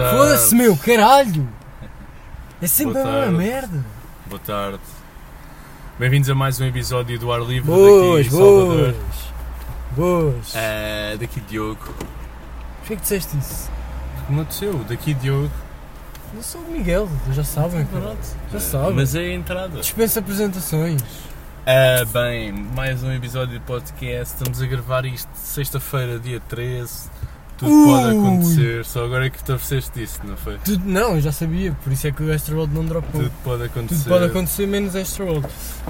tarde. Foda-se, meu, caralho! É sempre Boa a mesma tarde. merda. Boa tarde. Bem-vindos a mais um episódio do Ar Livre Boas, daqui Salvador. boas. Daqui Diogo. Porquê que disseste isso? Como aconteceu? Daqui Diogo. Eu sou o Miguel, já sabem, cara. Já sabem. Mas é a entrada. Dispensa apresentações. Bem, mais um episódio de podcast. Estamos a gravar isto sexta-feira, dia 13. Tudo pode acontecer. Só agora é que tu ofereceste disso, não foi? Não, eu já sabia, por isso é que o Extra World não dropou. Tudo pode acontecer. Tudo pode acontecer menos Extra World.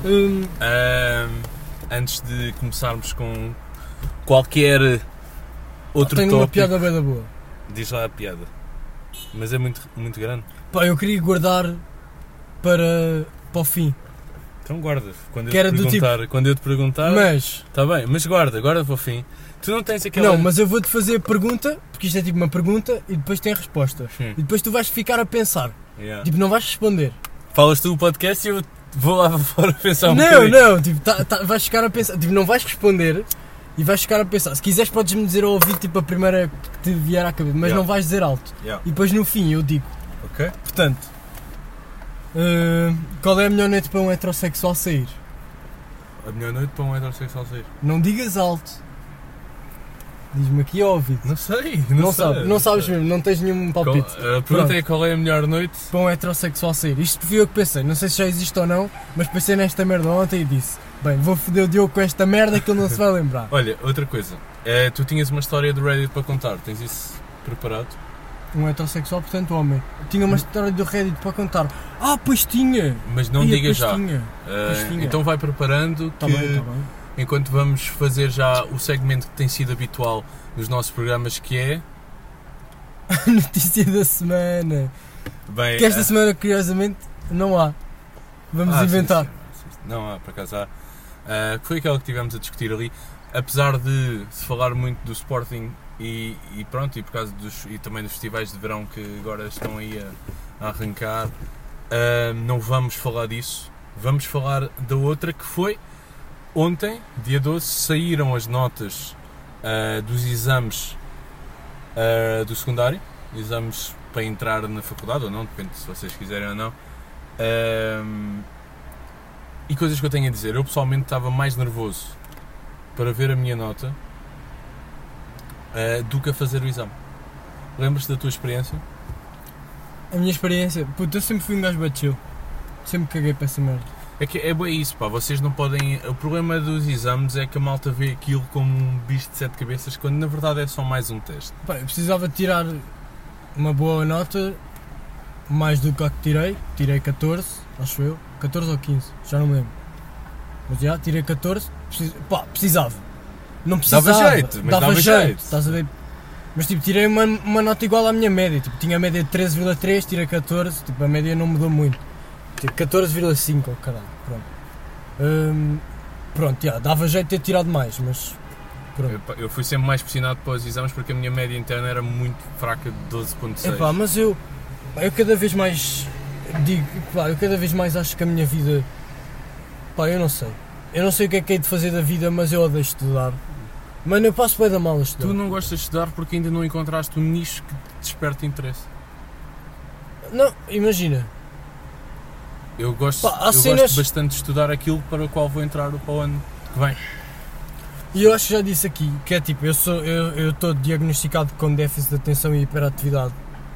Antes de começarmos com qualquer outro tenho tópico, uma piada bem da boa. diz lá a piada. Mas é muito, muito grande. Pá, eu queria guardar para o fim. Então guarda. Quando Que era eu te do perguntar, quando eu te perguntar, Mas, está bem, mas guarda para o fim. Tu não tens aquela... não, mas eu vou-te fazer a pergunta, porque isto é tipo uma pergunta e depois tem a resposta. Sim. E depois tu vais ficar a pensar. Yeah. Tipo, não vais responder. Falas tu o podcast e eu vou lá fora pensar um não, bocadinho. não, tipo, vais ficar a pensar. Tipo, não vais responder e vais ficar a pensar. Se quiseres podes-me dizer ao ouvido tipo a primeira que te vier à cabeça, mas Yeah. não vais dizer alto. Yeah. E depois no fim eu digo. Ok? Portanto, qual é a melhor noite para um heterossexual sair? A melhor noite para um heterossexual sair. Não digas alto. Diz-me aqui ao ouvido. Não sei. Não sabes mesmo, não tens nenhum palpite. A pergunta Pronto. é qual é a melhor noite? Para um heterossexual sair. Isto fui eu que pensei, não sei se já existe ou não, mas pensei nesta merda ontem e disse: bem, vou foder o Diogo com esta merda que ele não se vai lembrar. Olha, outra coisa. Tu tinhas uma história do Reddit para contar. Tens isso preparado? Um heterossexual, portanto homem. Tinha uma história do Reddit para contar. Ah, pois tinha! Mas não Ia, digas pois já. tinha. Pois tinha. Então vai preparando Tá que bem, tá bem. enquanto vamos fazer já o segmento que tem sido habitual nos nossos programas, que é... Notícia da semana. Bem, Que esta semana, curiosamente, não há. Vamos inventar. Sim. Não há, por acaso há. Que foi aquela que tivemos a discutir ali. Apesar de se falar muito do Sporting e pronto, e por causa e também dos festivais de verão que agora estão aí a arrancar, não vamos falar disso. Vamos falar da outra que foi ontem, dia 12, saíram as notas dos exames do secundário, exames para entrar na faculdade ou não, depende se vocês quiserem ou não. E coisas que eu tenho a dizer, eu pessoalmente estava mais nervoso para ver a minha nota do que a fazer o exame. Lembras-te da tua experiência? A minha experiência, puto, eu sempre fui um gajo bate-chill. Sempre caguei para essa merda. É que é bem isso, pá, vocês não podem... O problema dos exames é que a malta vê aquilo como um bicho de 7 cabeças, quando na verdade é só mais um teste. Pá, eu precisava tirar uma boa nota, mais do que a que tirei 14, acho eu, 14 ou 15, já não me lembro. Mas já, tirei 14, precisava. Não precisava, Dava jeito, mas dava jeito. Estás a ver? Mas tipo, tirei uma nota igual à minha média, tipo, tinha a média de 13,3, tirei 14, tipo, a média não mudou muito. Tipo, 14,5, oh, caralho, pronto. Pronto, já, dava jeito de ter tirado mais, mas pronto. Eu fui sempre mais pressionado para os exames porque a minha média interna era muito fraca de 12.6. Epá, mas eu cada vez mais digo, pá, eu cada vez mais acho que a minha vida, pá, eu não sei o que é que hei de fazer da vida, mas eu odeio estudar. Mano, eu passo bem da mal a estudar. Tu não gostas de estudar porque ainda não encontraste um nicho que te desperte interesse. Não, imagina. Eu gosto, Pá, há eu cenas- gosto bastante de estudar aquilo para o qual vou entrar para o ano que vem. E eu acho que já disse aqui, que é tipo, eu estou diagnosticado com déficit de atenção e hiperatividade.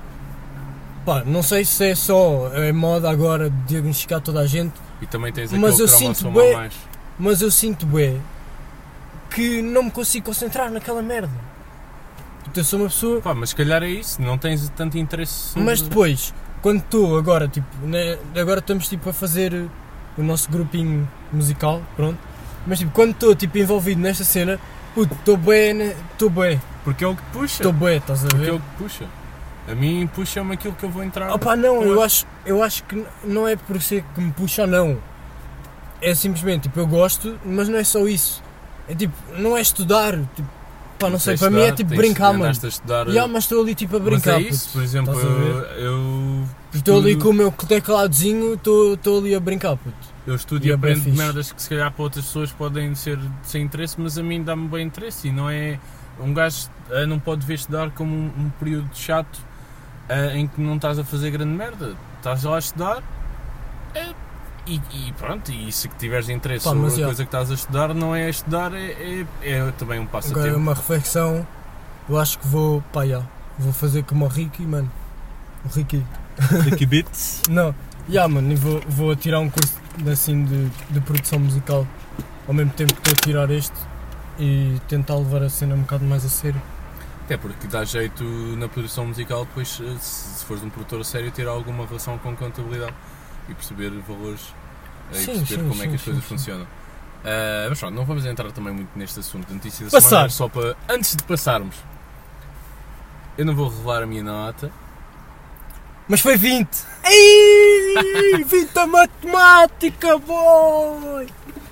Pá, não sei se é só a moda agora de diagnosticar toda a gente, E também tens Mas aquele eu sinto cromossoma bué- a mais. mas eu sinto bem que não me consigo concentrar naquela merda. Então, eu sou uma pessoa. Pá, mas se calhar é isso, não tens tanto interesse sobre... Mas depois, quando estou agora, tipo, agora estamos tipo a fazer o nosso grupinho musical, pronto. Mas tipo, quando estou tipo envolvido nesta cena, puto, estou bem, Porque é o que te puxa. estás a Porque é ver? o que puxa. A mim puxa-me aquilo que eu vou entrar. Opa, não, com eu acho que não é por ser que me puxa ou não. É simplesmente, tipo, eu gosto, mas não é só isso. É tipo, não é estudar, tipo, pá, não sei, para mim é tipo brincar, mano. Andaste a estudar... Mas estou ali tipo a brincar, mas é isso, puto. por exemplo, Estás a ver? eu Estou ali com o meu tecladozinho, estou ali a brincar, puto. Eu estudo E e é bem aprendo fixe. merdas que se calhar para outras pessoas podem ser sem interesse, mas a mim dá-me bem interesse e não é... Um gajo não pode ver estudar como um período chato em que não estás a fazer grande merda. Estás lá a estudar e pronto, e se tiveres interesse sobre a coisa que estás a estudar, não é a estudar, é também um passatempo. Agora uma reflexão, eu acho que vou fazer como o Ricky, mano. O Ricky Bits? Não, mano, e vou tirar um curso assim de produção musical ao mesmo tempo que estou a tirar este e tentar levar a cena um bocado mais a sério. Até porque dá jeito na produção musical, depois se fores um produtor a sério, ter alguma relação com contabilidade e perceber valores e perceber como é que as coisas funcionam. Mas pronto, não vamos entrar também muito neste assunto de notícias da semana, só para, antes de passarmos, eu não vou revelar a minha nota. Mas foi 20! Ei, 20 a matemática, boy!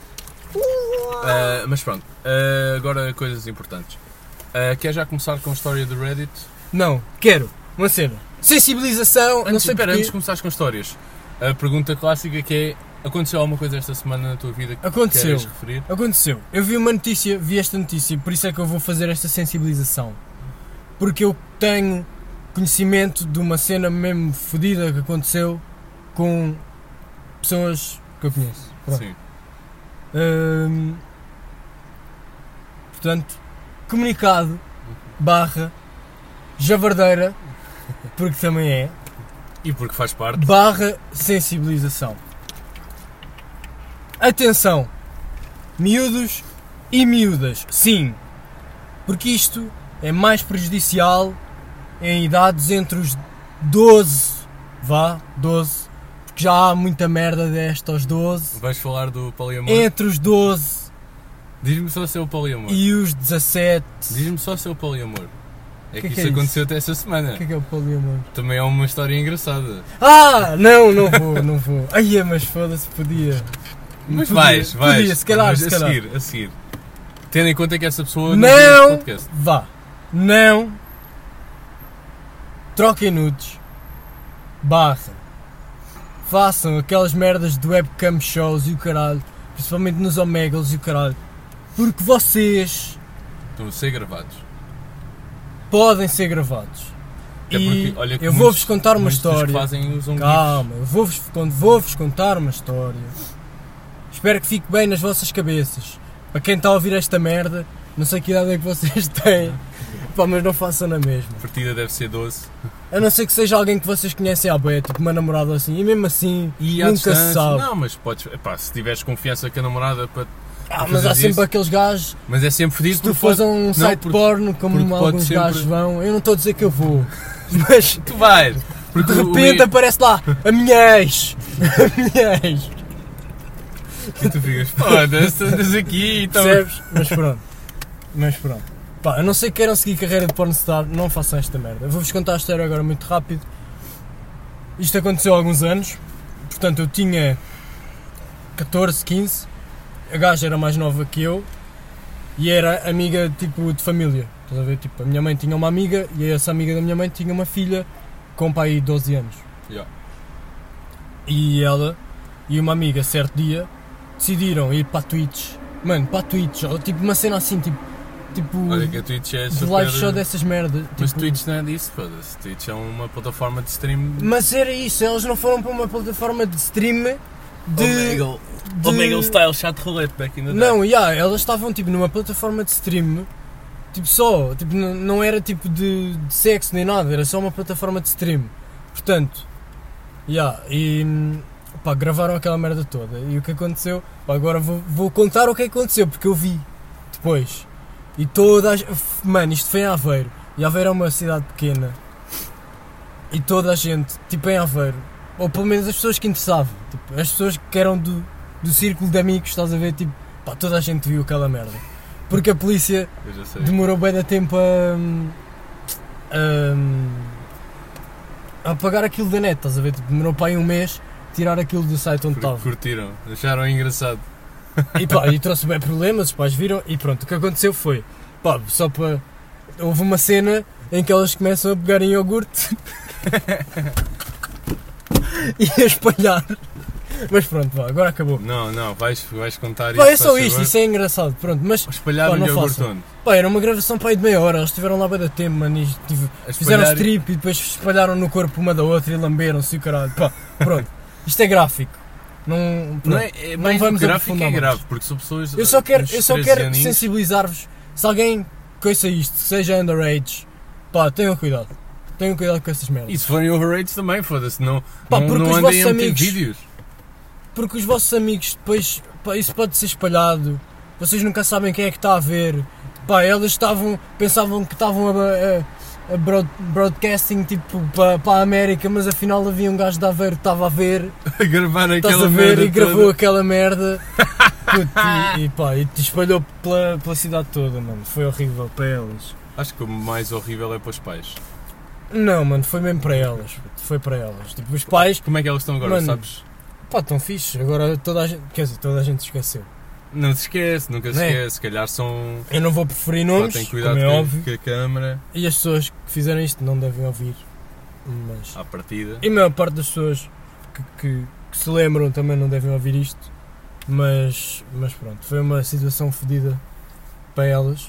Mas pronto, agora coisas importantes. Quer já começar com a história do Reddit? Não, quero uma cena. Sensibilização, não sei espera, antes de começares com histórias, a pergunta clássica que é: aconteceu alguma coisa esta semana na tua vida que queres referir? Aconteceu. Eu vi esta notícia, por isso é que eu vou fazer esta sensibilização. Porque eu tenho conhecimento de uma cena mesmo fodida que aconteceu com pessoas que eu conheço. Pronto. Sim. Portanto, comunicado / javardeira, porque também é, e porque faz parte / sensibilização. Atenção, miúdos e miúdas, sim, porque isto é mais prejudicial em idades entre os 12, 12, porque já há muita merda desta aos 12. Vais falar do poliamor? Entre os 12 Diz-me só seu poliamor. E os 17. Diz-me só seu poliamor. É que é isso aconteceu até essa semana. O que é o poliamor? Também é uma história engraçada. Não vou. Ai, mas foda-se, podia. Mas vais. Podia, se calhar. A seguir. Tendo em conta que essa pessoa não podcast. Não troquem nudes / façam aquelas merdas de webcam shows e o caralho, principalmente nos Omegas e o caralho, porque vocês estão a ser gravados. Podem ser gravados. Até porque, olha, eu vou-vos contar uma história. Calma, eu vou-vos contar uma história. Espero que fique bem nas vossas cabeças. Para quem está a ouvir esta merda, não sei que idade é que vocês têm, mas não façam na mesma. A partida deve ser 12. A não ser que seja alguém que vocês conhecem à boia, tipo uma namorada assim, e mesmo assim, nunca se sabe. Não, mas podes, se tiveres confiança com a namorada para... mas há sempre aqueles gajos. Mas é sempre fedido. Se tu fores a um site porno, como alguns gajos vão, eu não estou a dizer que eu vou, mas tu vais. Porque de repente aparece lá a minha ex. E tu ficas, foda-se, andas aqui e tal. Percebes? Mas pronto. Pá, a não ser que queiram seguir carreira de pornstar, não façam esta merda. Eu vou-vos contar a história agora muito rápido. Isto aconteceu há alguns anos. Portanto, eu tinha 14, 15. A gaja era mais nova que eu. E era amiga, tipo, de família. Estás a ver? Tipo, a minha mãe tinha uma amiga e essa amiga da minha mãe tinha uma filha com pai de 12 anos. Yeah. E ela e uma amiga, certo dia, decidiram ir para a Twitch. Mano, para a Twitch. Tipo, uma cena assim, tipo... Olha que a Twitch é de live show dessas merdas. Mas tipo... Twitch não é disso, foda-se. Twitch é uma plataforma de stream. Mas era isso, elas não foram para uma plataforma de stream de... Omegle style chat roulette back in the day. Não, elas estavam tipo numa plataforma de stream, tipo só, tipo, não era tipo de sexo nem nada, era só uma plataforma de stream. Portanto, pá, gravaram aquela merda toda. E o que aconteceu? Pá, agora vou contar o que aconteceu, porque eu vi depois. E mano, isto foi em Aveiro. E Aveiro é uma cidade pequena. E toda a gente, tipo em Aveiro, ou pelo menos as pessoas que interessavam, tipo, as pessoas que eram do círculo de amigos, estás a ver, tipo, pá, toda a gente viu aquela merda. Porque a polícia demorou bem de tempo a apagar aquilo da net, estás a ver, tipo, demorou para aí um mês tirar aquilo do site onde estava. Curtiram, acharam engraçado. E pá, e trouxe bem problemas, os pais viram e pronto, o que aconteceu foi, pá, só para... Houve uma cena em que elas começam a pegar em iogurte e a espalhar Mas pronto, vá, agora acabou. Não, vais contar Pá, isso. é só faz isto, favor. isso é engraçado, pronto, mas Espalhar pá, o não iogurte façam. onde? Pá, era uma gravação para aí de meia hora, eles estiveram lá bem da tempo, mano, e fizeram espalhar- strip e depois espalharam no corpo uma da outra e lamberam-se e o caralho, pá, pronto, isto é gráfico, não, Não pronto. é Não mais vamos gráfico, aprofundar é mais. grave, porque são pessoas. Eu só quero, uns eu só 13 quero aninhos. sensibilizar-vos, se alguém conheça isto, seja underage, pá, tenham cuidado com essas merdas. E se forem overrated também, foda-se, não, Pá, não, porque não os andem vossos a meter amigos- vídeos. Porque os vossos amigos depois, pá, isso pode ser espalhado, vocês nunca sabem quem é que está a ver, pá, elas pensavam que estavam a broadcasting tipo para a América, mas afinal havia um gajo de Aveiro que estava a ver, A gravar estás aquela a ver merda e gravou toda. aquela merda. Puto, e pá, e te espalhou pela cidade toda, mano, foi horrível para elas. Acho que o mais horrível é para os pais. Não, mano, foi mesmo para elas, puto, foi para elas, tipo, os pais, Como é que elas estão agora, Mano, sabes? pá, estão fixe, agora toda a gente, quer dizer, toda a gente se esqueceu. Não se esquece, nunca se Não é? esquece. Se calhar são. Eu não vou preferir Pá, nomes, tem cuidado como é óbvio. com a câmara E as pessoas que fizeram isto não devem ouvir. Mas... à partida. E a maior parte das pessoas que se lembram também não devem ouvir isto. Mas pronto, foi uma situação fodida para elas.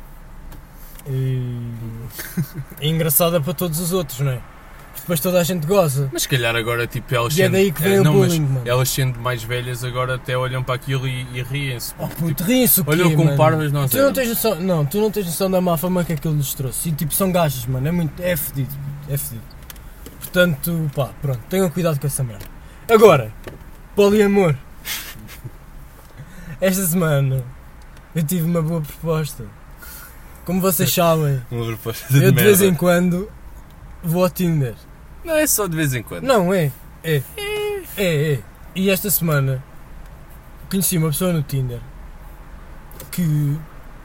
E engraçada para todos os outros, não é? Depois toda a gente goza. Mas se calhar agora, tipo, elas E é daí que vem o não, mas bullying, mano. elas sendo mais velhas agora até olham para aquilo e riem-se. Oh puto, riem-se o quê, Olham com mano? parvas, não Tu sei. não tens noção, não, tu não tens noção da má fama que aquilo lhes trouxe. E tipo, são gajos, mano, é fedido, é fedido. Portanto, pá, pronto, tenham cuidado com essa merda. Agora, poliamor. Esta semana eu tive uma boa proposta. Como vocês sabem, Uma proposta de eu de vez em merda. quando vou ao Tinder. Não é só de vez em quando. Não, é. E esta semana conheci uma pessoa no Tinder que...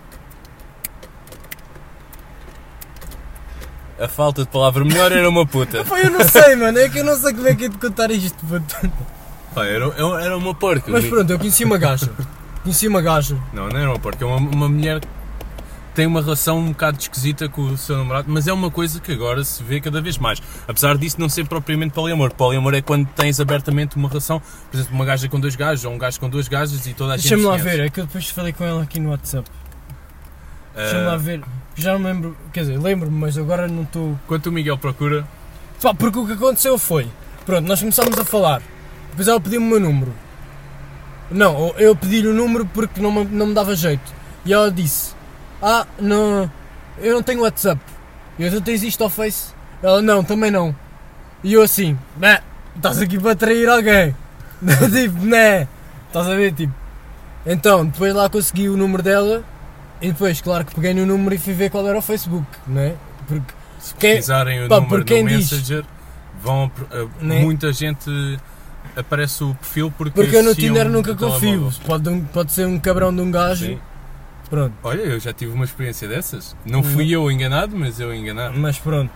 A falta de palavra melhor era uma puta. Pá, eu não sei, mano, é que eu não sei como é que é de contar isto, puto. Pá, era uma porca. Mas pronto, eu conheci uma gaja. Não era uma porca. É uma mulher que tem uma relação um bocado esquisita com o seu namorado, mas é uma coisa que agora se vê cada vez mais. Apesar disso não ser propriamente poliamor. Poliamor é quando tens abertamente uma relação, por exemplo, uma gaja com 2 gajos ou um gajo com 2 gajas e toda a gente Deixa-me se lá conhece. ver, é que eu depois falei com ela aqui no WhatsApp. Deixa-me Ah, lá ver. Já não me lembro, quer dizer, lembro-me, mas agora não estou... Quando o Miguel procura, Pá, porque o que aconteceu foi... Pronto, nós começámos a falar. Depois ela pediu-me o meu número. Não, eu pedi-lhe o número porque não me dava jeito. E ela disse... Ah, não... Eu não tenho WhatsApp. E eu, tu tens isto ao Face? Ela, não, também não. E eu assim... Né, estás aqui para atrair alguém. Tipo, né. Estás a ver, tipo... Então, depois lá consegui o número dela. E depois, claro que peguei no número e fui ver qual era o Facebook, não é? Porque... se Quem- pesquisarem o pá, número por quem no diz? Messenger, vão, Né? muita gente aparece o perfil porque Porque eu no associam Tinder nunca o confio. telemóvel. Pode ser um cabrão de um gajo. Sim. Pronto. Olha, eu já tive uma experiência dessas. Não fui eu enganado, mas eu enganado. Mas pronto.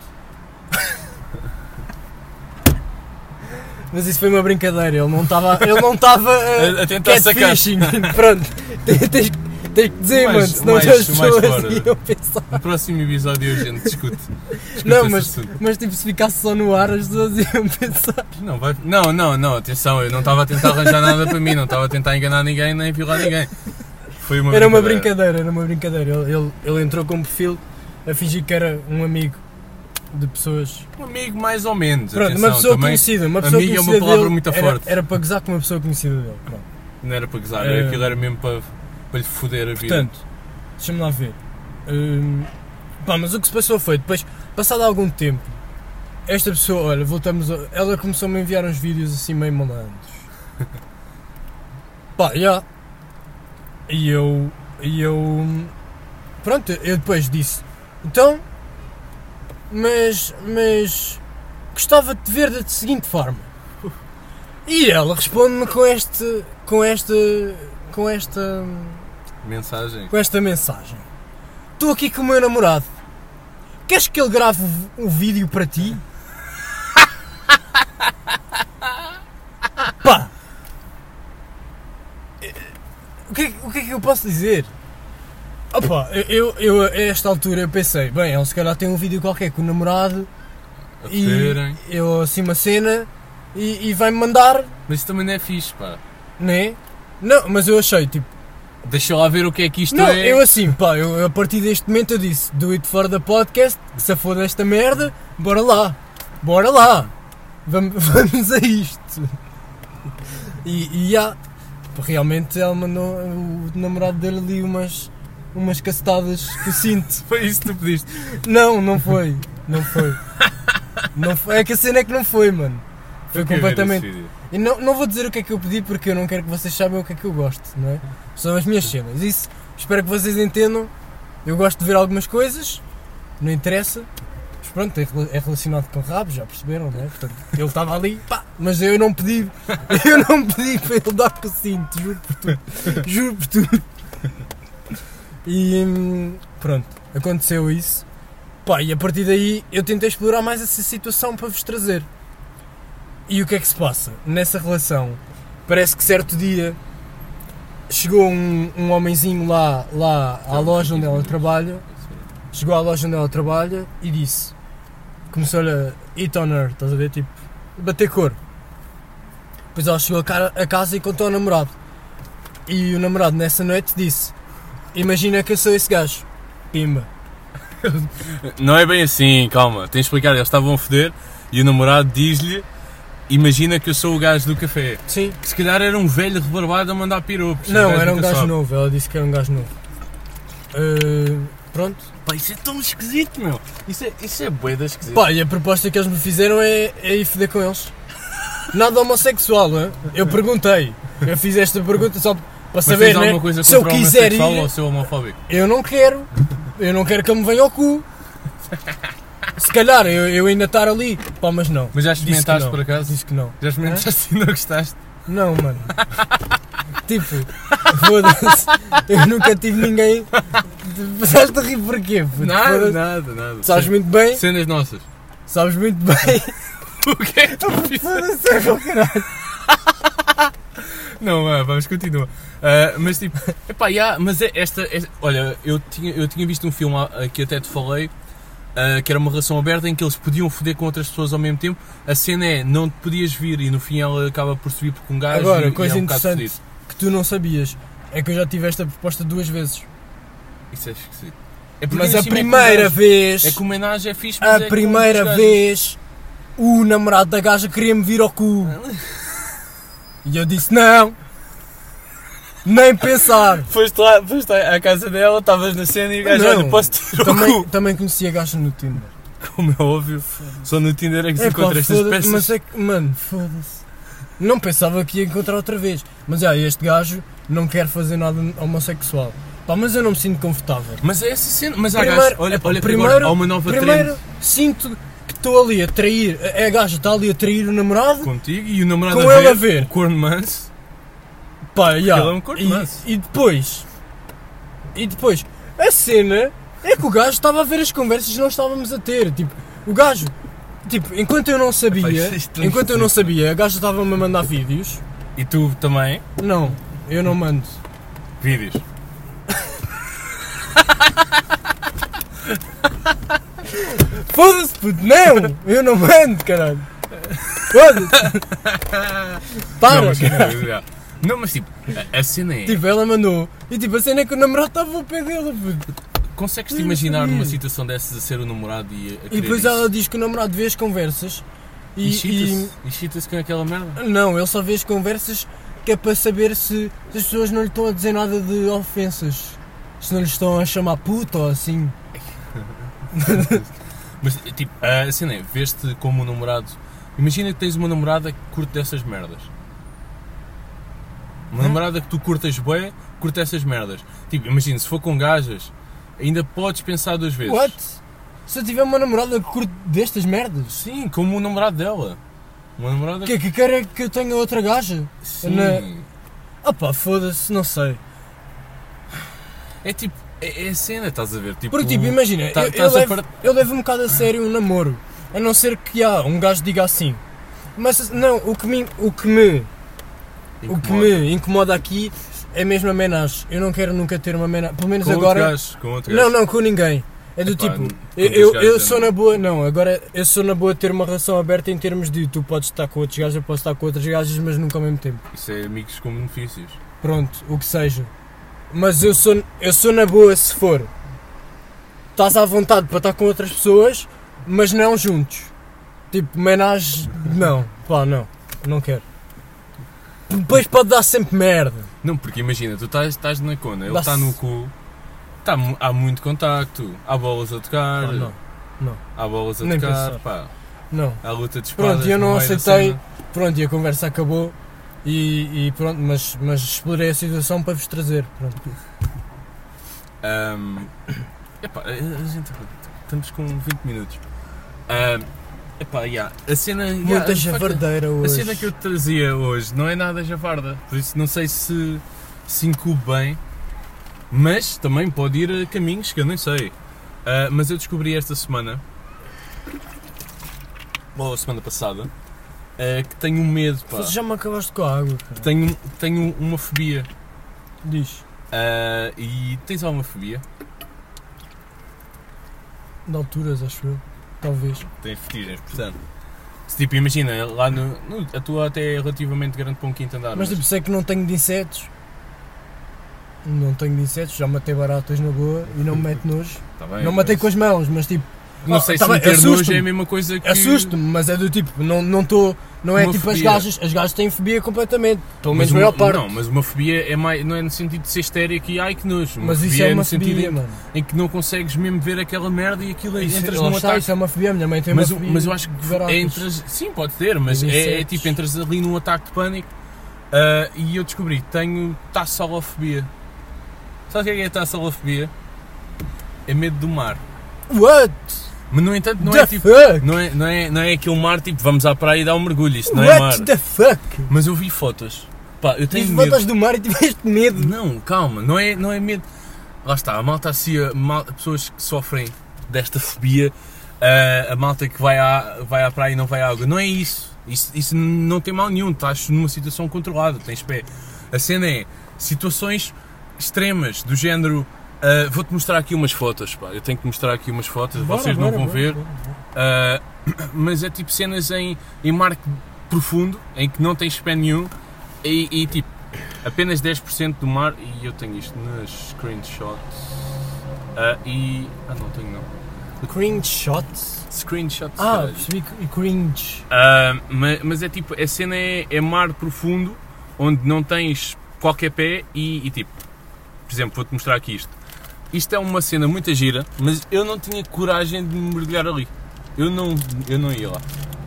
Mas isso foi uma brincadeira. Ele não estava A tentar sacar. catfishing. Pronto. Tens que dizer, Mais- mano. Senão mais- as mais pessoas fora. iam pensar. No próximo episódio a gente discute Não, esse mas, assunto. mas tipo, se ficasse só no ar, as pessoas iam pensar. Não, atenção, eu não estava a tentar arranjar nada para mim, não estava a tentar enganar ninguém nem violar ninguém. Foi uma Era uma brincadeira. brincadeira. Ele entrou com um perfil a fingir que era um amigo de pessoas. Um amigo mais ou menos. Pronto, atenção, uma pessoa também conhecida. Uma pessoa amigo é uma conhecida palavra dele, muito era, forte. Era para gozar com uma pessoa conhecida dele. Pronto. Não era para gozar, É. aquilo era mesmo para lhe foder a vida. Portanto, deixa-me lá ver. Pá, mas o que se passou foi, depois, passado algum tempo, esta pessoa, olha, ela começou-me a enviar uns vídeos assim meio malandros. Pá, já. E eu, pronto, eu depois disse, então, mas, gostava de te ver da seguinte forma. E ela responde-me com esta mensagem. Estou aqui com o meu namorado. Queres que ele grave o vídeo para ti? Pá! O que é que eu posso dizer? Opa, eu a esta altura eu pensei, bem, ele se calhar tem um vídeo qualquer com o namorado A e foderem. eu assim uma cena e vai-me mandar Mas isso também não é fixe, pá. Né? Não, mas eu achei, tipo... Deixa lá ver o que é que isto Não, é. eu assim, pá, a partir deste momento eu disse, do it for the podcast, se for desta merda, bora lá. Vamos a isto. E realmente ela mandou o namorado dele ali umas cacetadas que eu sinto. Foi isso que tu pediste. Não foi. Não foi. É que a cena é que não foi, mano. Foi completamente... E não vou dizer o que é que eu pedi porque eu não quero que vocês saibam o que é que eu gosto, não é? São as minhas cenas. Isso, espero que vocês entendam. Eu gosto de ver algumas coisas, não interessa. Mas pronto, é relacionado com rabos, já perceberam, não é? Portanto, ele estava ali, pá, mas eu não pedi para ele dar com o cinto, juro por tudo. E pronto, aconteceu isso. Pá, e a partir daí eu tentei explorar mais essa situação para vos trazer. E o que é que se passa nessa relação? Parece que certo dia chegou um homenzinho lá à loja onde ela trabalha. Chegou à loja onde ela trabalha e disse... Começou-lhe a hit on her, estás a ver? Tipo, bater cor. Depois ela chegou a casa e contou ao namorado. E o namorado nessa noite disse... Imagina que eu sou esse gajo. Pimba. Não é bem assim, calma. Tens de explicar. Eles estavam a foder e o namorado diz-lhe... Imagina que eu sou o gajo do café. Sim. Que se calhar era um velho rebarbado a mandar piropos. Não, era um gajo novo. Ela disse que era um gajo novo. Pronto. Pá, isso é tão esquisito, meu. Isso é bué da esquisito. Pá, e a proposta que eles me fizeram é ir foder com eles. Nada homossexual, não é? Eu perguntei. Eu fiz esta pergunta só para saber, né? Coisa se eu quiser ir... ou ser homofóbico? Eu não quero que ele me venha ao cu. Se calhar eu ainda estar ali, pá, mas não. Mas já experimentaste por acaso? Disse que não. Já experimentaste e não gostaste? Não, mano. Tipo, foda-se, eu nunca tive ninguém. Passaste a rir porquê? Nada. Sabes muito bem? Cenas nossas. Sabes muito bem. O que é que tu fizeste? Foda-se, é para o caralho. Não, vamos, continua. Mas tipo, epá, mas olha, eu tinha visto um filme que até te falei. Que era uma relação aberta em que eles podiam foder com outras pessoas ao mesmo tempo. A cena é, não te podias vir e no fim ela acaba por subir porque um gajo. Agora, e coisa é um interessante que tu não sabias é que eu já tive esta proposta 2 vezes. Isso é esquisito. Mas a primeira vez. É que o homenagem é fixe, mas a primeira vez o namorado da gaja queria-me vir ao cu. E eu disse não. Nem pensar. Foste lá à casa dela, estavas na cena e o gajo, olha, posso tirar o cu. Também conheci a gaja no Tinder. Como é óbvio, só no Tinder é que se encontra estas peças. Mas é que, mano, foda-se. Não pensava que ia encontrar outra vez. Mas este gajo não quer fazer nada homossexual. Pá, mas eu não me sinto confortável. Mas é essa cena, mas há gajos, olha primeiro, agora há uma nova trend. Sinto que estou ali a trair, a gaja está ali a trair o namorado. Contigo e o namorado com ele a ver. O corno manso. Pá, ele é um corno manso. E depois, a cena é que o gajo estava a ver as conversas que nós estávamos a ter. Tipo, o gajo, tipo, enquanto eu não sabia, a gaja estava-me a mandar vídeos. E tu também? Não, eu não mando. Vídeos. Foda-se, puto, não! Eu não mando, caralho! Foda-se! Para! Não, mas tipo, a cena é... Tipo, ela mandou, e tipo, a cena é que o namorado estava ao pé dela, puto. Consegues-te imaginar numa situação dessas a ser o namorado e a querer E depois isso? ela diz que o namorado vê as conversas e chita-se com aquela merda? Não, ele só vê as conversas que é para saber se as pessoas não lhe estão a dizer nada de ofensas. Se não lhe estão a chamar puta ou assim. Mas tipo, a cena é, vês-te como um namorado. Imagina que tens uma namorada que curte dessas merdas. Uma namorada que tu curtas bué, curte essas merdas. Tipo, imagina, se for com gajas, ainda podes pensar 2 vezes. What? Se eu tiver uma namorada que curte destas merdas? Sim, como o namorado dela. Uma namorada que quer que eu tenha outra gaja? Sim. Ah pá, foda-se, não sei. É tipo, é a cena, estás a ver? Tipo, porque tipo, imagina, eu levo um bocado a sério um namoro. A não ser que um gajo diga assim. Mas não, o que me incomoda aqui é mesmo a menagem. Eu não quero nunca ter uma menagem. Pelo menos com agora. Com outro gajo. Não, com ninguém. É do Epá, tipo, quantos eu gajos sou andam? na boa, não, agora eu sou na boa ter uma relação aberta em termos de tu podes estar com outros gajos, eu posso estar com outros gajos, mas nunca ao mesmo tempo. Isso é amigos com benefícios. Pronto, o que seja. Mas eu sou na boa se for. Estás à vontade para estar com outras pessoas, mas não juntos. Tipo, menage, não, pá, não quero. Depois pode dar sempre merda. Não, porque imagina, tu estás na cona, ele Dá-se- está no cu, há muito contacto, há bolas a tocar, Pá, não, há bolas a Nem tocar, pensar. pá, não. há luta de espadas. Pronto, eu no não meio da aceitei, cena. pronto, e a conversa acabou e pronto, mas explorei a situação para vos trazer, pronto. Epá, a gente estamos com 20 minutos. Epá, yeah, a cena. Muita yeah, javardeira A hoje. cena que eu te trazia hoje não é nada javarda, por isso não sei se incube bem, mas também pode ir a caminhos que eu nem sei. Mas eu descobri esta semana, ou a semana passada, que tenho um medo, pá. Fosse, já me acabaste com a água, cara. Tenho uma fobia. Diz, E tens alguma fobia? de alturas, acho eu, talvez. Tens vertigens, portanto. Se, tipo, imagina, lá a tua até é relativamente grande para um quinto andar. Mas tipo, sei que não tenho de insetos. Não tenho de insetos, já matei baratas na boa e não me mete nojo. Tá bem, Não matei mas com as mãos, mas tipo, não sei tá se bem, meter nojo assusto-me. é a mesma coisa que... assusto-me, mas é do tipo, não estou. Não é Uma tipo fobia. as gajas têm fobia completamente. Pelo Mas menos a maior parte. Não, mas uma fobia é mais, não é no sentido de ser histérico e ai que nojo. Uma Mas fobia isso é uma no sentido fobia, em, mano. em que não consegues mesmo ver aquela merda e aquilo é, Isso, entras lá num está, ataque. isso é uma fobia, a minha mãe tem Mas, uma fobia. mas eu acho que de baratas. sim, pode ter, mas De é insetos. tipo, entras ali num ataque de pânico e eu descobri, tenho tassalofobia. Sabe o que é tassalofobia? É medo do mar. What? Mas no entanto não the é tipo, fuck? não é aquele mar tipo, vamos à praia e dar um mergulho, isso não é mar. What the fuck? Mas eu vi fotos. Pá, eu tenho Diz medo. voltas do mar e tiveste medo. Não, calma, não é medo. Lá está, a malta assim, pessoas que sofrem desta fobia, a malta que vai à praia e não vai à água. Não é isso. Isso não tem mal nenhum, estás numa situação controlada, tens pé. A cena é situações extremas, do género. Vou-te mostrar aqui umas fotos, pá. Eu tenho que mostrar aqui umas fotos, vocês não vão ver. Mas é tipo cenas em mar profundo, em que não tens pé nenhum e tipo, apenas 10% do mar, e eu tenho isto nas screenshots. Não tenho não. Cringe shots? Screenshots. Ah, caralho. percebi que cringe. Mas é tipo, a cena é mar profundo, onde não tens qualquer pé e tipo, por exemplo, vou-te mostrar aqui isto. Isto é uma cena muito gira, mas eu não tinha coragem de me mergulhar ali. Eu não ia lá.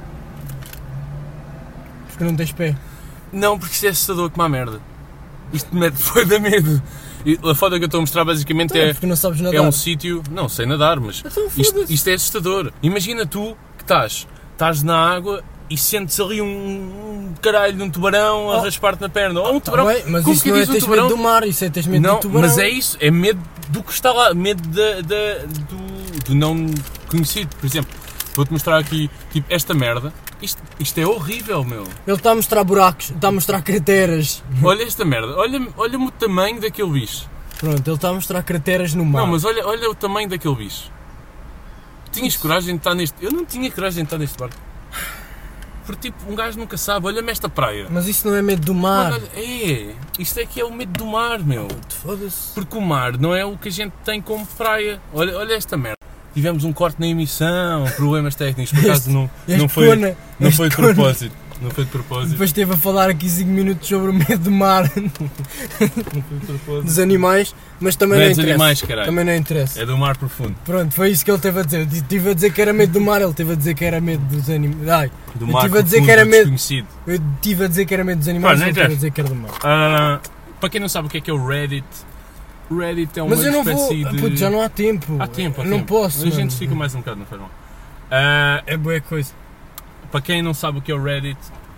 Porque não tens pé. Não, porque isto é assustador como a merda. Isto me foi da medo. E a foto que eu estou a mostrar basicamente Então, porque não sabes nadar. é um sítio... Não, sei nadar, mas Então, foda-se. isto é assustador. Imagina tu que estás na água e sentes ali um caralho de um tubarão a raspar-te na perna. Ou um tubarão. Bem, mas Como isso que não é diz um teres tubarão? medo do mar, isso é teres medo Não, do tubarão. mas é isso, é medo do que está lá, medo do não conhecido. Por exemplo, vou-te mostrar aqui, tipo, esta merda. Isto é horrível, meu. Ele está a mostrar buracos, está a mostrar crateras. Olha esta merda, olha-me o tamanho daquele bicho. Pronto, ele está a mostrar crateras no mar. Não, mas olha o tamanho daquele bicho. Tinhas coragem de estar neste... Eu não tinha coragem de estar neste barco. Porque tipo, um gajo nunca sabe, olha-me esta praia. Mas isso não é medo do mar. Olha, isto é que é o medo do mar, meu. Foda-se. Porque o mar não é o que a gente tem como praia. Olha esta merda. Tivemos um corte na emissão, problemas técnicos, por acaso não foi de propósito. Não foi de propósito. Depois esteve a falar aqui 5 minutos sobre o medo do mar, Não foi de propósito. dos animais, mas também Não é não dos interessa. animais, caralho. Também não interessa. É do mar profundo. Pronto, foi isso que ele teve a dizer. Eu estive a dizer que era medo do mar, ele teve a dizer que era medo dos animais. Ai, Do eu mar estive a dizer profundo, que era do medo. desconhecido. Eu estive a dizer que era medo dos animais, Pá, ele não esteve a interessa. dizer que era do mar. Para quem não sabe o que é o Reddit, o Reddit é uma Mas eu não vou. espécie de... Puto, já não há tempo. Há tempo, há Não tempo. posso. A gente mano. estica mais um bocado, não faz mal. É boa coisa. Para quem não sabe o que é o Reddit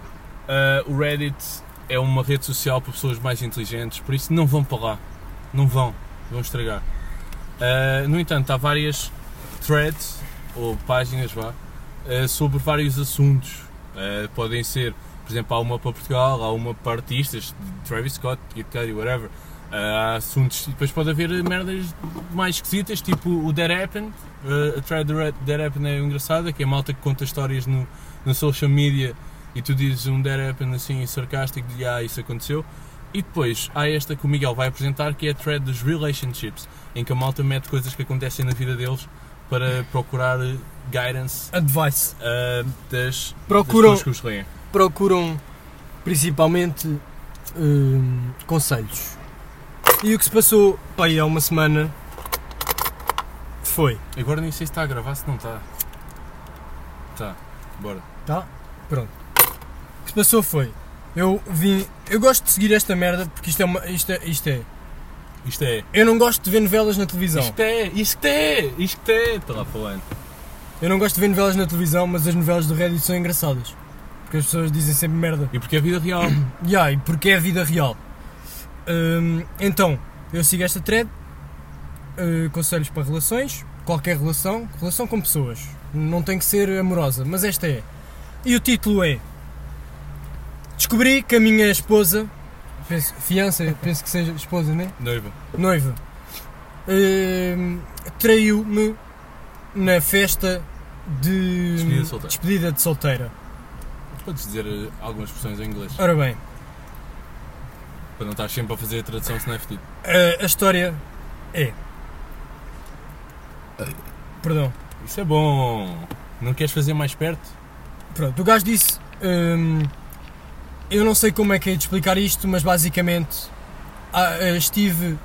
é uma rede social para pessoas mais inteligentes, por isso não vão para lá. Não vão estragar. No entanto, há várias threads, ou páginas, sobre vários assuntos. Podem ser Por exemplo, há uma para Portugal, há uma para artistas, de Travis Scott, Kid Cudi, whatever. Há assuntos, e depois pode haver merdas mais esquisitas, tipo o That Happened. A thread do That Happened é engraçada, que é a malta que conta histórias no social media e tu dizes um That Happened assim sarcástico de isso aconteceu. E depois há esta que o Miguel vai apresentar, que é a thread dos relationships, em que a malta mete coisas que acontecem na vida deles para procurar guidance, Advice. das Procuram, pessoas que os leem. procuram principalmente conselhos. E o que se passou há uma semana foi. Agora nem sei se está a gravar, se não está. Tá, bora. Tá? Pronto. O que se passou foi. Eu gosto de seguir esta merda porque isto é. Eu não gosto de ver novelas na televisão. Isto é. Está lá falando. Eu não gosto de ver novelas na televisão, mas as novelas do Reddit são engraçadas. Porque as pessoas dizem sempre merda. E porque é a vida real. E porque é a vida real. Então, eu sigo esta thread. Conselhos para relações. Qualquer relação com pessoas. Não tem que ser amorosa, mas esta é. E o título é: descobri que a minha esposa, penso que seja esposa, né? Noiva. Traiu-me na festa de despedida de solteira. Podes dizer algumas expressões em inglês. Ora bem. Para não estar sempre a fazer a tradução, se não é fedido. A história é... Perdão. Isso é bom. Não queres fazer mais perto? Pronto, o gajo disse... eu não sei como é que é de explicar isto, mas basicamente estive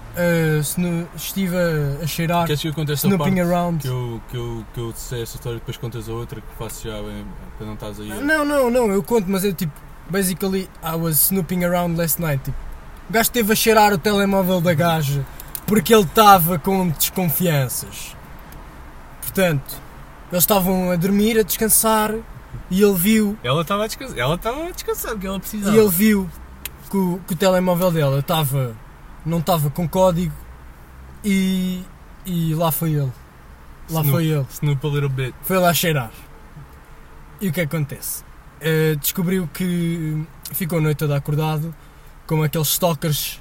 a cheirar. Queres que eu conte esta snooping parte around. que eu sei essa história e depois contas a outra que faço já para não estás aí? Não, eu conto, mas é tipo... Basically, I was snooping around last night. Tipo, o gajo esteve a cheirar o telemóvel da gaja porque ele estava com desconfianças. Portanto, eles estavam a dormir, a descansar, e ele viu... Ela estava a descansar, porque ela precisava. E ele viu que o telemóvel dela não estava com código e lá foi ele. Snoop a little bit. Foi lá cheirar. E o que acontece? Descobriu que ficou a noite toda acordado como aqueles stalkers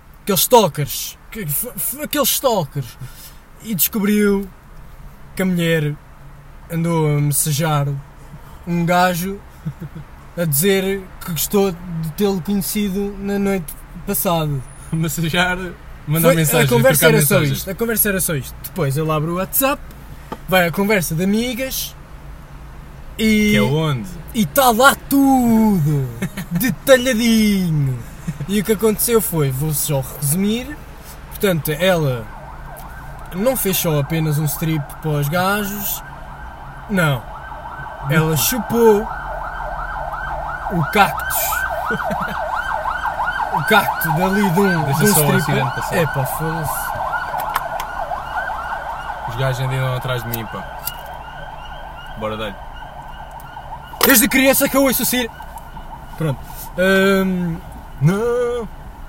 e descobriu que a mulher andou a messejar um gajo a dizer que gostou de tê-lo conhecido na noite passada. Massajar, mandar mensagens. A conversa era só isto. Depois ele abre o WhatsApp, vai à conversa de amigas e... Que é onde? E está lá tudo! Detalhadinho! E o que aconteceu foi, vou só resumir, portanto, ela não fez só apenas um strip para os gajos, não. Ela chupou o cactus. O cacto dali de um stripper. Epá, foda-se. Os gajos ainda andam atrás de mim, pá. Bora dar-lhe. Desde criança que eu ouço assim. Pronto. Não!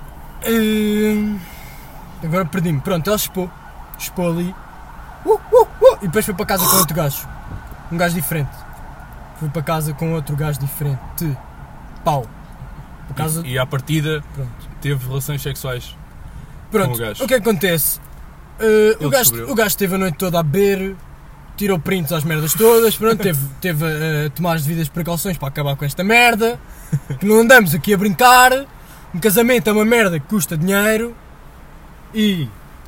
Agora perdi-me. Pronto, ela chupou ali. E depois foi para casa com outro gajo. Um gajo diferente. Foi para casa com outro gajo diferente. Pau. Por causa... E à partida, pronto, teve relações sexuais. Pronto, com o gajo. O que acontece? O gajo esteve a noite toda a beber, tirou prints às merdas todas, pronto, teve a tomar as devidas precauções para acabar com esta merda, que não andamos aqui a brincar, um casamento é uma merda que custa dinheiro e...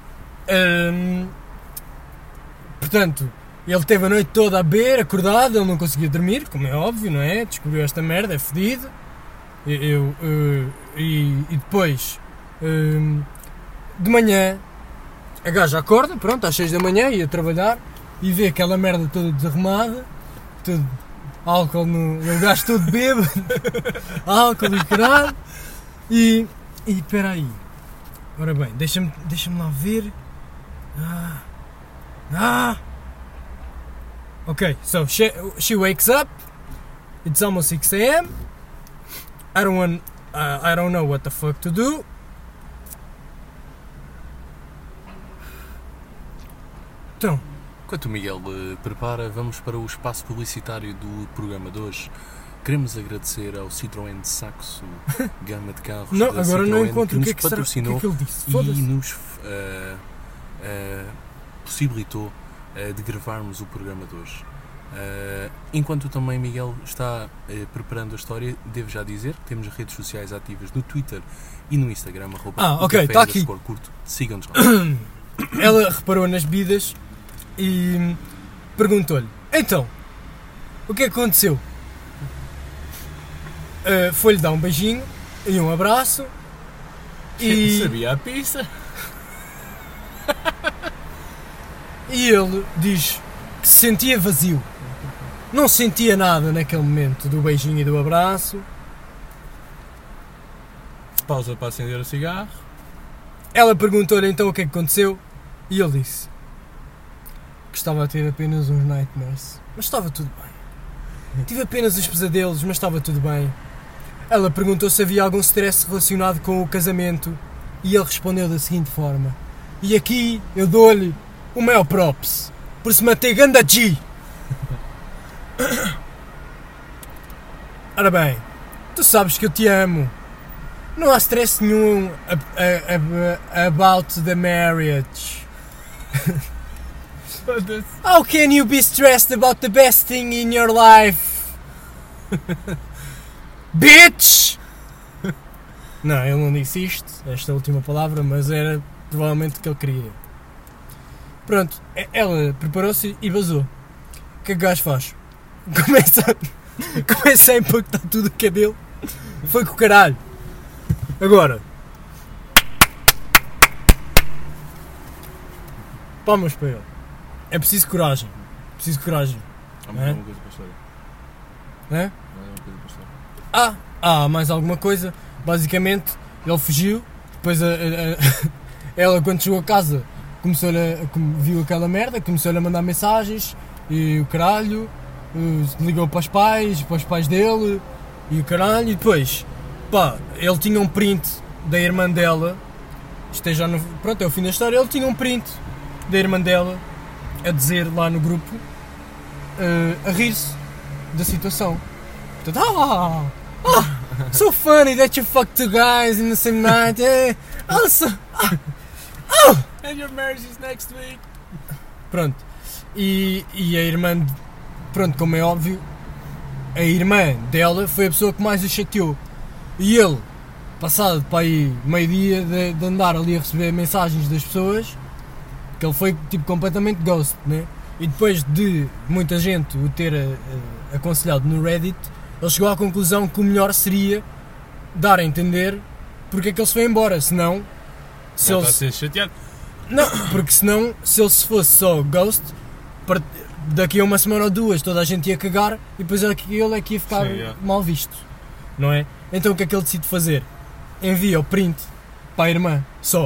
portanto, ele teve a noite toda a beber, acordado, ele não conseguia dormir, como é óbvio, não é? Descobriu esta merda, é fedido. E depois, de manhã, a gaja acorda, pronto, às 6 da manhã, ia trabalhar e vê aquela merda toda desarrumada, tudo álcool o gajo todo bêbado, álcool e caralho, e espera aí, ora bem, deixa-me lá ver, ok, so she wakes up, it's almost 6 a.m, I don't know what the fuck to do. Então, enquanto o Miguel prepara, vamos para o espaço publicitário do programa de hoje. Queremos agradecer ao Citroën de Saxo, gama de carros Não, da agora Citroën, não encontro que o que é nos que será, o que é patrocinou que ele disse. e Foda-se. nos possibilitou de gravarmos o programa de hoje. Enquanto também Miguel está preparando a história, devo já dizer que temos redes sociais ativas no Twitter e no Instagram, ok, tá aqui. @curto. Sigam-nos lá. Ela reparou nas bebidas e perguntou-lhe: então, o que é que aconteceu? Foi-lhe dar um beijinho e um abraço e Sabia a pista. ele diz que se sentia vazio. Não sentia nada naquele momento do beijinho e do abraço. Pausa para acender o cigarro. Ela perguntou-lhe então o que é que aconteceu e ele disse que estava a ter apenas uns nightmares, mas estava tudo bem. Tive apenas os pesadelos, mas estava tudo bem. Ela perguntou se havia algum stress relacionado com o casamento e ele respondeu da seguinte forma: e aqui eu dou-lhe o maior props por se manter ganda G. Ora bem, tu sabes que eu te amo. Não há stress nenhum about the marriage. How can you be stressed about the best thing in your life? Bitch! Não, ele não disse isto, esta última palavra, mas era provavelmente o que ele queria. Pronto, ela preparou-se e vazou. O que é que o gajo faz? Começa a impactar tudo o que é dele. Foi com o caralho. Agora, palmas para ele. É preciso coragem. Preciso coragem. Há mais alguma coisa para a história? É? Mais alguma coisa para a história? Há mais alguma coisa. Basicamente, ele fugiu. Depois ela, quando chegou a casa, viu aquela merda, começou-lhe a mandar mensagens e o caralho, ligou para os pais dele e o caralho, e depois, pá, ele tinha um print da irmã dela. Isto é já no, pronto, é o fim da história. Ele tinha um print da irmã dela a dizer lá no grupo, a rir-se da situação. Portanto, so funny that you fucked two guys in the same night. Also, And your marriage is next week. pronto. E a irmã, pronto, como é óbvio, a irmã dela foi a pessoa que mais o chateou. E ele, passado para aí meio-dia de andar ali a receber mensagens das pessoas, que ele foi tipo completamente ghost, né? E depois de muita gente o ter aconselhado no Reddit, ele chegou à conclusão que o melhor seria dar a entender porque é que ele se foi embora, senão... Já está a ser chateado. Não, porque senão, se ele se fosse só ghost, daqui a uma semana ou duas toda a gente ia cagar e depois ele é que ia ficar mal visto, não é? Então o que é que ele decide fazer? Envia o print para a irmã, só.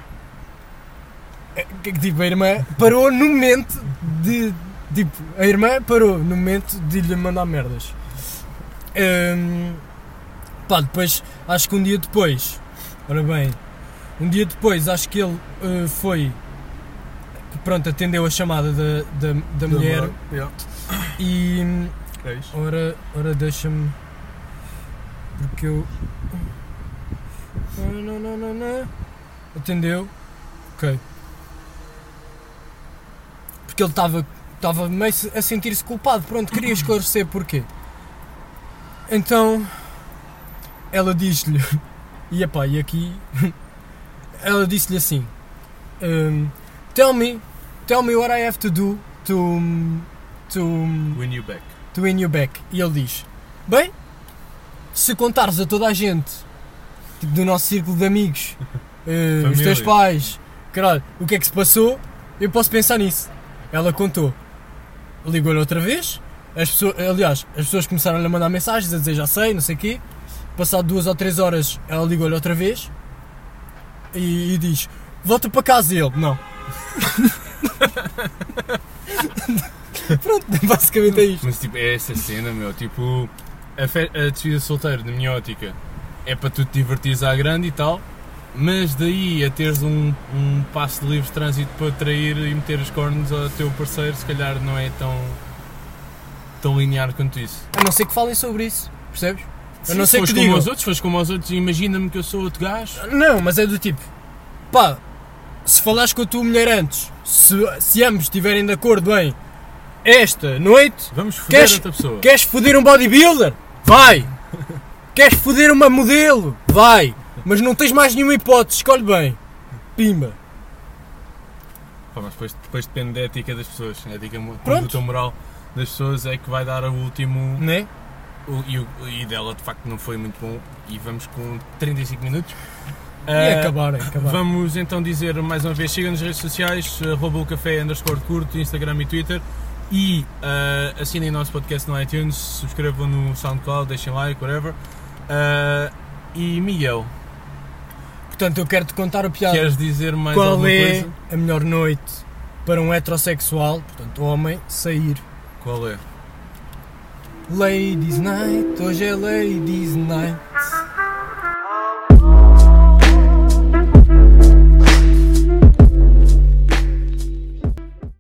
Tipo, a irmã parou no momento de... Tipo, a irmã parou no momento de lhe mandar merdas. Pá, depois, acho que um dia depois, acho que ele foi, pronto, atendeu a chamada da mulher e, ora deixa-me, porque eu, não, atendeu, ok, porque ele estava meio a sentir-se culpado, pronto, queria esclarecer porquê. Então, ela diz-lhe, e aqui, ela disse-lhe assim, tell me what I have to do to Win you back. to win you back. E ele diz, bem, se contares a toda a gente, tipo, do nosso círculo de amigos, os teus pais, caralho, o que é que se passou, eu posso pensar nisso. Ela contou, ligou-lhe outra vez, as pessoas começaram a mandar mensagens a dizer já sei, não sei o quê. Passado 2 ou 3 horas ela ligou-lhe outra vez e diz, volta para casa. E ele, não. Pronto, basicamente é isto. Mas tipo, é essa cena, meu, tipo, a despedida de solteiro, na minha ótica, é para tu te divertires à grande e tal, mas daí a teres um passo de livre trânsito para trair e meter os cornos ao teu parceiro, se calhar não é tão tão linear quanto isso. A não ser que falem sobre isso, percebes? A não Se ser fores que como digam. aos outros, se fores como aos outros, imagina-me que eu sou outro gajo. Não, mas é do tipo, pá, se falares com a tua mulher antes, se ambos estiverem de acordo em esta noite, Vamos foder outra pessoa. queres foder um bodybuilder? Vai! Queres foder uma modelo? Vai! Mas não tens mais nenhuma hipótese, escolhe bem. Pimba. Pá, mas depois depende da ética das pessoas. A ética, Pronto. conduta moral das pessoas é que vai dar o último. Né? E dela de facto não foi muito bom. E vamos com 35 minutos. E acabar. Vamos então dizer mais uma vez: sigam nas redes sociais, @café_curto, Instagram e Twitter. E assinem o nosso podcast no iTunes, subscrevam no SoundCloud, deixem like, whatever. E Miguel, Portanto, eu quero-te contar a piada. queres dizer mais Qual alguma é coisa? a melhor noite para um heterossexual, portanto homem, sair? Qual é? Ladies Night, hoje é Ladies Night.